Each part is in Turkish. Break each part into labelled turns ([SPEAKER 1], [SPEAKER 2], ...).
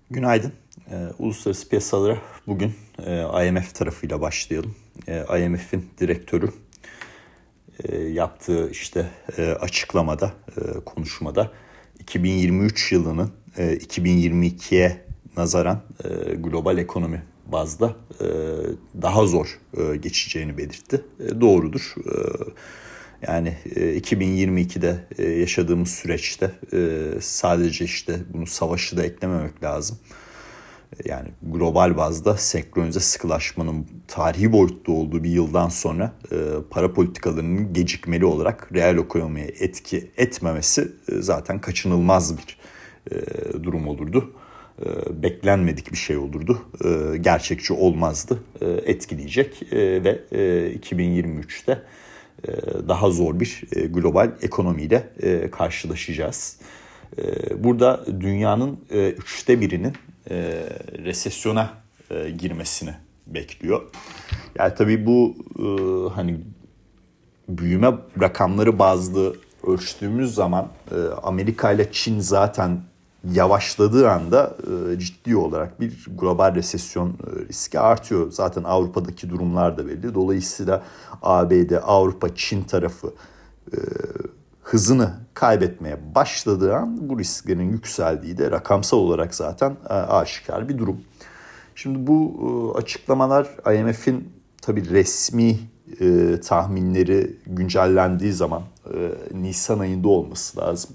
[SPEAKER 1] Günaydın. Uluslararası piyasalara bugün IMF tarafıyla başlayalım. IMF'in direktörü yaptığı açıklamada, konuşmada 2023 yılının 2022'ye nazaran global ekonomi bazda daha zor geçeceğini belirtti. Doğrudur. Yani 2022'de yaşadığımız süreçte sadece bunu savaşı da eklememek lazım. Yani global bazda senkronize sıkılaşmanın tarihi boyutta olduğu bir yıldan sonra para politikalarının gecikmeli olarak reel ekonomiye etki etmemesi zaten kaçınılmaz bir durum olurdu. Beklenmedik bir şey olurdu. Gerçekçi olmazdı. Etkileyecek ve 2023'te daha zor bir global ekonomiyle karşılaşacağız. Burada dünyanın 1/3'inin resesyona girmesini bekliyor. Yani tabii bu hani büyüme rakamları bazlı ölçtüğümüz zaman Amerika ile Çin zaten yavaşladığı anda ciddi olarak bir global resesyon riski artıyor. Zaten Avrupa'daki durumlar da belli. Dolayısıyla ABD, Avrupa, Çin tarafı hızını kaybetmeye başladığı an bu risklerin yükseldiği de rakamsal olarak zaten aşikar bir durum. Şimdi bu açıklamalar IMF'in tabii resmi tahminleri güncellendiği zaman Nisan ayında olması lazım.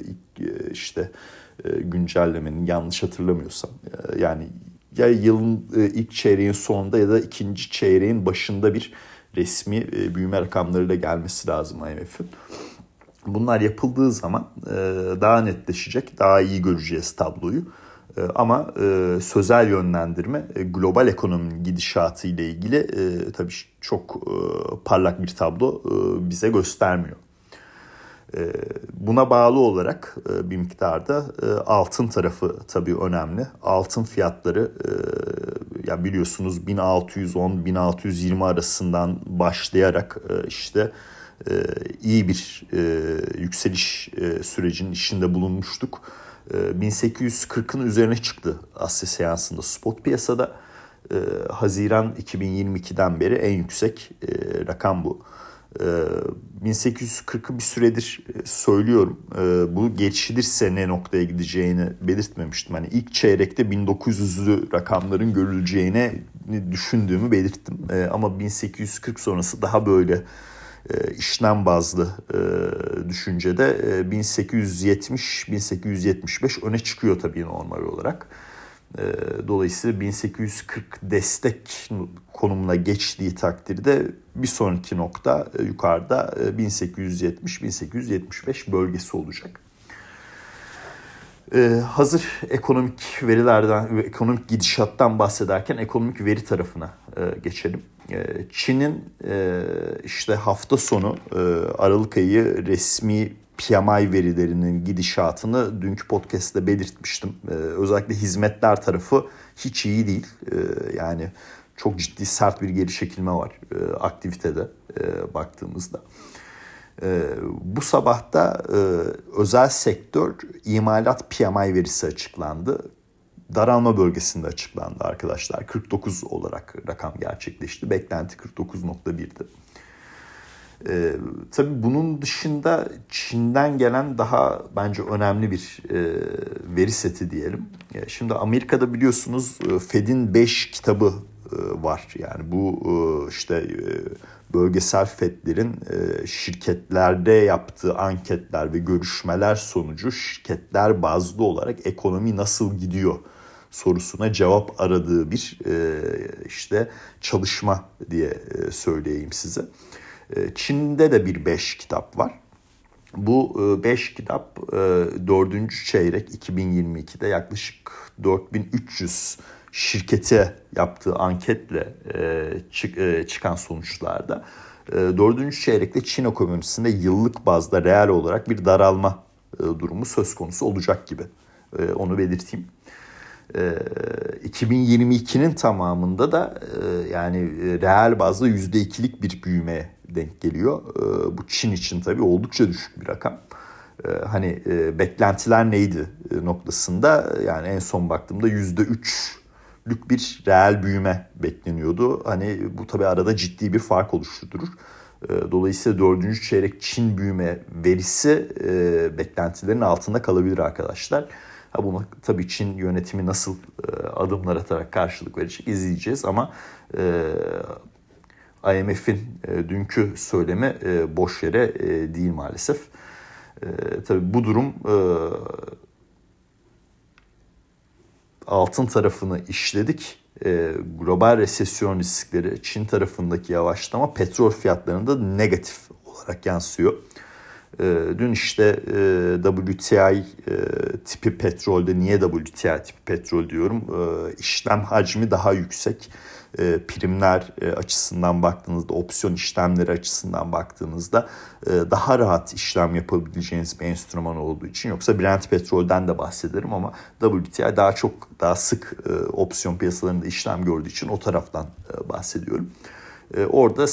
[SPEAKER 1] Güncellemenin yanlış hatırlamıyorsam. Yani ya yılın ilk çeyreğin sonunda ya da ikinci çeyreğin başında bir resmi büyüme rakamlarıyla gelmesi lazım IMF'in. Bunlar yapıldığı zaman daha netleşecek, daha iyi göreceğiz tabloyu. Ama sözel yönlendirme global ekonominin gidişatı ile ilgili tabii çok parlak bir tablo bize göstermiyor. Buna bağlı olarak bir miktarda altın tarafı tabii önemli. Altın fiyatları ya biliyorsunuz 1610-1620 arasından başlayarak iyi bir yükseliş sürecinin içinde bulunmuştuk. 1840'ın üzerine çıktı Asya seansında spot piyasada. Haziran 2022'den beri en yüksek rakam bu. 1840'ı bir süredir söylüyorum. Bu geçilirse ne noktaya gideceğini belirtmemiştim. Hani ilk çeyrekte 1900'lü rakamların görüleceğini düşündüğümü belirttim. Ama 1840 sonrası daha böyle işlem bazlı düşüncede 1870-1875 öne çıkıyor tabii normal olarak. Dolayısıyla 1840 destek konumuna geçtiği takdirde bir sonraki nokta yukarıda 1870-1875 bölgesi olacak. Hazır ekonomik verilerden ve ekonomik gidişattan bahsederken ekonomik veri tarafına geçelim. Çin'in hafta sonu Aralık ayı resmi PMI verilerinin gidişatını dünkü podcast'te belirtmiştim. Özellikle hizmetler tarafı hiç iyi değil. Yani çok ciddi sert bir geri çekilme var aktivitede baktığımızda. Bu sabah da özel sektör imalat PMI verisi açıklandı. Daralma bölgesinde açıklandı arkadaşlar. 49 olarak rakam gerçekleşti. Beklenti 49.1'di. Tabii bunun dışında Çin'den gelen daha bence önemli bir veri seti diyelim. Şimdi Amerika'da biliyorsunuz Fed'in 5 kitabı var. Yani bu bölgesel Fed'lerin şirketlerde yaptığı anketler ve görüşmeler sonucu şirketler bazlı olarak ekonomi nasıl gidiyor sorusuna cevap aradığı bir çalışma diye söyleyeyim size. Çin'de de bir 5 kitap var. Bu 5 kitap 4. çeyrek 2022'de yaklaşık 4300 şirkete yaptığı anketle çıkan sonuçlarda 4. çeyrekte Çin ekonomisinde yıllık bazda reel olarak bir daralma durumu söz konusu olacak gibi. Onu belirteyim. 2022'nin tamamında da yani reel bazda %2'lik bir büyümeye denk geliyor. Bu Çin için tabii oldukça düşük bir rakam. Hani beklentiler neydi noktasında, yani en son baktığımda %3'lük bir reel büyüme bekleniyordu. Hani bu tabii arada ciddi bir fark oluşturur. Dolayısıyla 4. çeyrek Çin büyüme verisi beklentilerin altında kalabilir arkadaşlar. Buna tabii Çin yönetimi nasıl adımlar atarak karşılık verecek izleyeceğiz ama IMF'in dünkü söylemi boş yere değil maalesef. Tabii bu durum altın tarafını işledik. Global resesyon riskleri, Çin tarafındaki yavaşlama petrol fiyatlarında negatif olarak yansıyor. Dün işte WTI tipi petrolde, niye WTI tipi petrol diyorum, işlem hacmi daha yüksek. Primler açısından baktığınızda, opsiyon işlemleri açısından baktığınızda daha rahat işlem yapabileceğiniz bir enstrüman olduğu için. Yoksa Brent petrolden de bahsederim ama WTI daha sık opsiyon piyasalarında işlem gördüğü için o taraftan bahsediyorum. Orada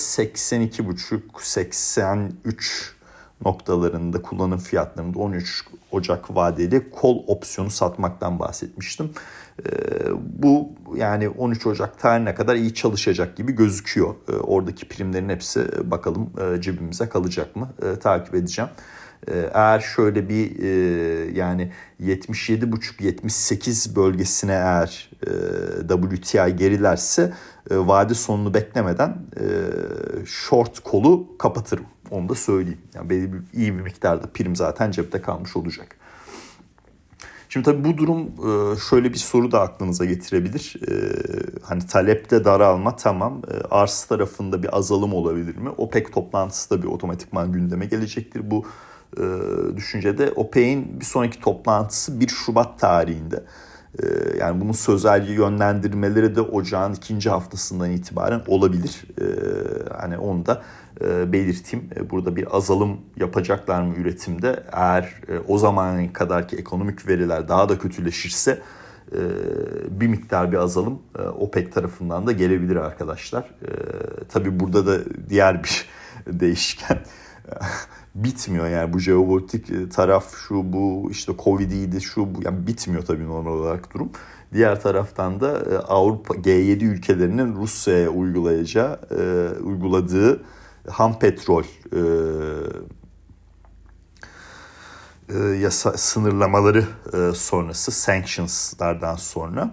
[SPEAKER 1] 82,5-83 noktalarında kullanım fiyatlarında 13 Ocak vadeli call opsiyonu satmaktan bahsetmiştim. Bu yani 13 Ocak tarihine kadar iyi çalışacak gibi gözüküyor. Oradaki primlerin hepsi bakalım cebimize kalacak mı, takip edeceğim. Eğer şöyle bir yani 77,5-78 bölgesine eğer WTI gerilerse vade sonunu beklemeden short kolu kapatırım. Onu da söyleyeyim. Yani belli iyi bir miktarda prim zaten cepte kalmış olacak. Şimdi tabii bu durum şöyle bir soru da aklınıza getirebilir. Hani talepte daralma tamam. Arz tarafında bir azalım olabilir mi? OPEC toplantısı da bir otomatikman gündeme gelecektir. Bu düşüncede OPEC'in bir sonraki toplantısı 1 Şubat tarihinde. Yani bunun sözel yönlendirmeleri de ocağın 2. haftasından itibaren olabilir. Hani onu da belirteyim. Burada bir azalım yapacaklar mı üretimde? Eğer o zamana kadarki ekonomik veriler daha da kötüleşirse bir miktar bir azalım OPEC tarafından da gelebilir arkadaşlar. Tabii burada da diğer bir değişken bitmiyor yani, bu jeopolitik taraf, şu bu işte Covid'iydi, şu bu, yani bitmiyor tabii normal olarak durum. Diğer taraftan da Avrupa G7 ülkelerinin Rusya'ya uyguladığı ham petrol sınırlamaları sonrası, sanctions'lardan sonra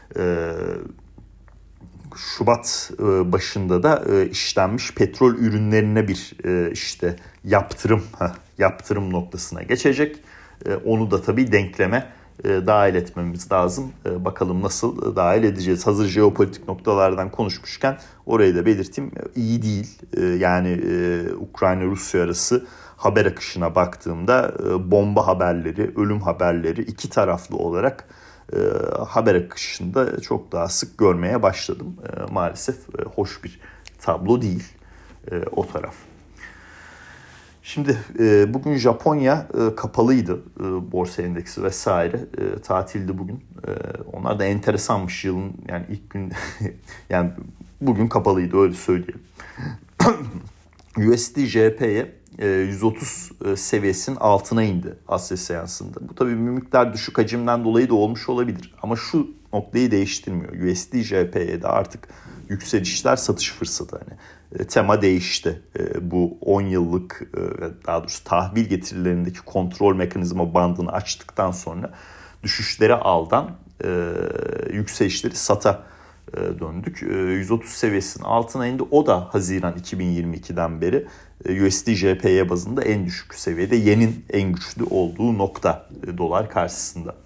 [SPEAKER 1] Şubat başında da işlenmiş petrol ürünlerine bir işte yaptırım noktasına geçecek. Onu da tabii denkleme dahil etmemiz lazım. Bakalım nasıl dahil edeceğiz. Hazır jeopolitik noktalardan konuşmuşken orayı da belirteyim. İyi değil. Yani Ukrayna-Rusya arası haber akışına baktığımda bomba haberleri, ölüm haberleri iki taraflı olarak haber akışında çok daha sık görmeye başladım. Maalesef hoş bir tablo değil o taraf. Şimdi bugün Japonya kapalıydı, borsa endeksi vesaire tatildi bugün. Onlar da enteresanmış, yılın yani ilk gün yani bugün kapalıydı, öyle söyleyelim. USD JP'ye 130 seviyesinin altına indi Asya seansında. Bu tabii bir miktar düşük hacimden dolayı da olmuş olabilir. Ama şu noktayı değiştirmiyor. USD JP'ye de artık yükselişler, satış fırsatı. Hani tema değişti. Bu 10 yıllık daha doğrusu tahvil getirilerindeki kontrol mekanizma bandını açtıktan sonra düşüşleri aldan yükselişleri sata döndük. 130 seviyesinin altına indi. O da Haziran 2022'den beri USD JPY bazında en düşük seviyede, yenin en güçlü olduğu nokta dolar karşısında.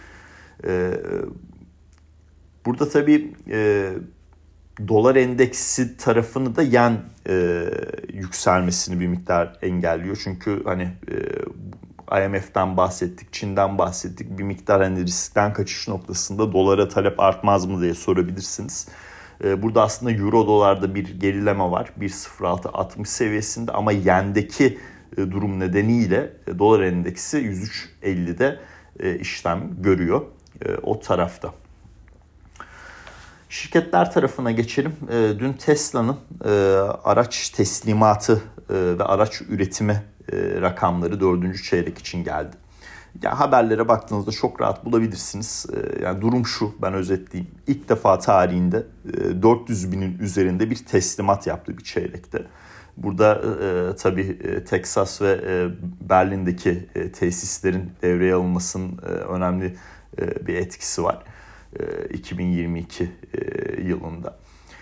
[SPEAKER 1] Burada tabii dolar endeksi tarafını da yen yükselmesini bir miktar engelliyor. Çünkü hani IMF'den bahsettik, Çin'den bahsettik. Bir miktar hani riskten kaçış noktasında dolara talep artmaz mı diye sorabilirsiniz. Burada aslında euro dolarda bir gerileme var. 1.0660 seviyesinde ama yendeki durum nedeniyle dolar endeksi 103.50'de işlem görüyor o tarafta. Şirketler tarafına geçelim. Dün Tesla'nın araç teslimatı ve araç üretimi rakamları 4. çeyrek için geldi. Ya haberlere baktığınızda çok rahat bulabilirsiniz. Yani durum şu, ben özetleyeyim. İlk defa tarihinde 400 binin üzerinde bir teslimat yaptı bir çeyrekte. Burada tabii Texas ve Berlin'deki tesislerin devreye alınmasının önemli bir etkisi var 2022 yılında.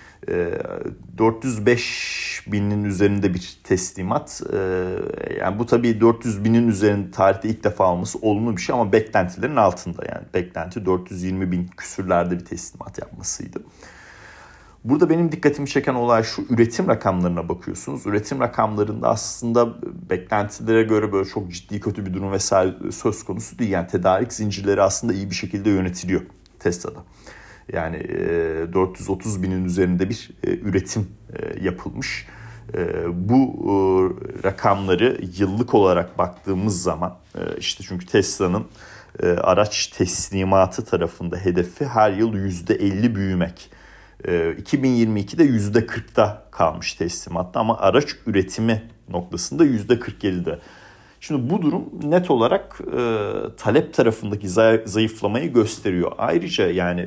[SPEAKER 1] 405 binin üzerinde bir teslimat. Yani bu tabii 400 binin üzerinde tarihte ilk defa olması olumlu bir şey ama beklentilerin altında. Yani beklenti 420 bin küsürlerde bir teslimat yapmasıydı. Burada benim dikkatimi çeken olay şu: üretim rakamlarına bakıyorsunuz. Üretim rakamlarında aslında beklentilere göre böyle çok ciddi kötü bir durum vesaire söz konusu değil. Yani tedarik zincirleri aslında iyi bir şekilde yönetiliyor Tesla'da. Yani 430 binin üzerinde bir üretim yapılmış. Bu rakamları yıllık olarak baktığımız zaman işte çünkü Tesla'nın araç teslimatı tarafında hedefi her yıl %50 büyümek. 2022'de %40'da kalmış teslimatta ama araç üretimi noktasında %47'de. Şimdi bu durum net olarak talep tarafındaki zayıflamayı gösteriyor. Ayrıca yani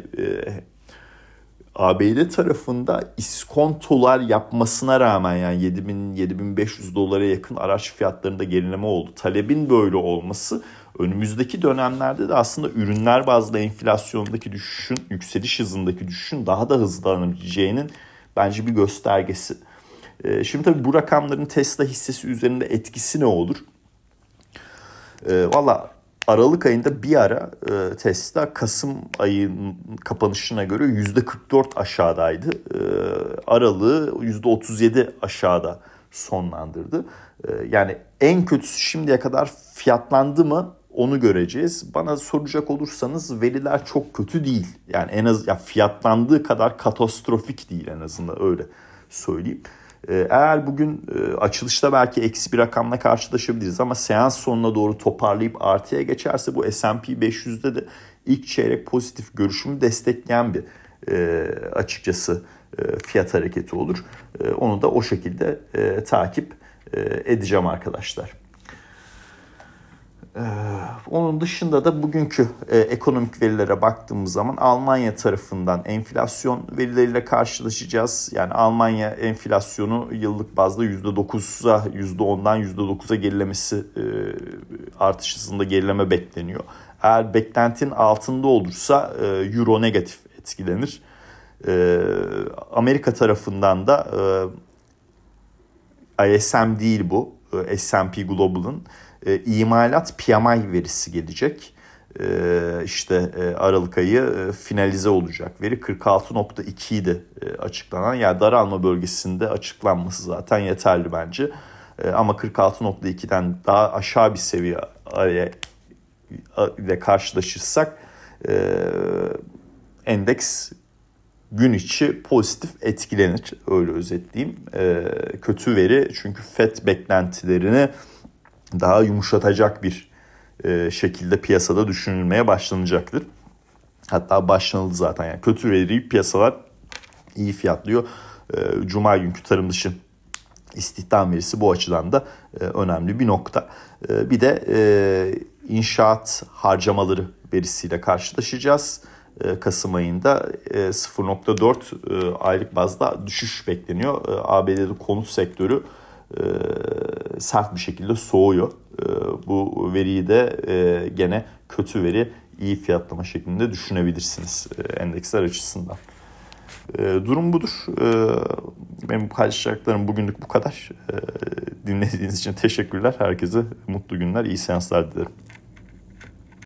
[SPEAKER 1] ABD tarafında iskontolar yapmasına rağmen yani 7.000-7.500 dolara yakın araç fiyatlarında gerileme oldu. Talebin böyle olması önümüzdeki dönemlerde de aslında ürünler bazlı enflasyondaki düşüşün, yükseliş hızındaki düşüşün daha da hızlanabileceğinin bence bir göstergesi. Şimdi tabii bu rakamların Tesla hissesi üzerinde etkisi ne olur? Valla Aralık ayında bir ara Tesla Kasım ayının kapanışına göre %44 aşağıdaydı. Aralığı %37 aşağıda sonlandırdı. Yani en kötüsü şimdiye kadar fiyatlandı mı onu göreceğiz. Bana soracak olursanız veriler çok kötü değil. Yani en az ya fiyatlandığı kadar katastrofik değil, en azından öyle söyleyeyim. Eğer bugün açılışta belki eksi bir rakamla karşılaşabiliriz ama seans sonuna doğru toparlayıp artıya geçerse bu S&P 500'de de ilk çeyrek pozitif görüşümü destekleyen bir açıkçası fiyat hareketi olur. Onu da o şekilde takip edeceğim arkadaşlar. Onun dışında da bugünkü ekonomik verilere baktığımız zaman Almanya tarafından enflasyon verileriyle karşılaşacağız. Yani Almanya enflasyonu yıllık bazda %9'a, %10'dan %9'a gerilemesi, artış hızında gerileme bekleniyor. Eğer beklentinin altında olursa Euro negatif etkilenir. Amerika tarafından da ISM değil bu, S&P Global'ın imalat PMI verisi gelecek. İşte Aralık ayı finalize olacak veri 46.2 idi açıklanan. Yani daralma bölgesinde açıklanması zaten yeterli bence. Ama 46.2'den daha aşağı bir seviye ile karşılaşırsak endeks gün içi pozitif etkilenir. Öyle özetleyeyim. Kötü veri çünkü FED beklentilerini daha yumuşatacak bir şekilde piyasada düşünülmeye başlanacaktır. Hatta başlanıldı zaten. Yani kötü veriyi piyasalar iyi fiyatlıyor. Cuma günkü tarım dışı istihdam verisi bu açıdan da önemli bir nokta. Bir de inşaat harcamaları verisiyle karşılaşacağız. Kasım ayında 0.4 aylık bazda düşüş bekleniyor. ABD'de konut sektörü sert bir şekilde soğuyor. Bu veriyi de gene kötü veri, iyi fiyatlama şeklinde düşünebilirsiniz endeksler açısından. Durum budur. Benim paylaşacaklarım bugünlük bu kadar. Dinlediğiniz için teşekkürler. Herkese mutlu günler, iyi seanslar dilerim.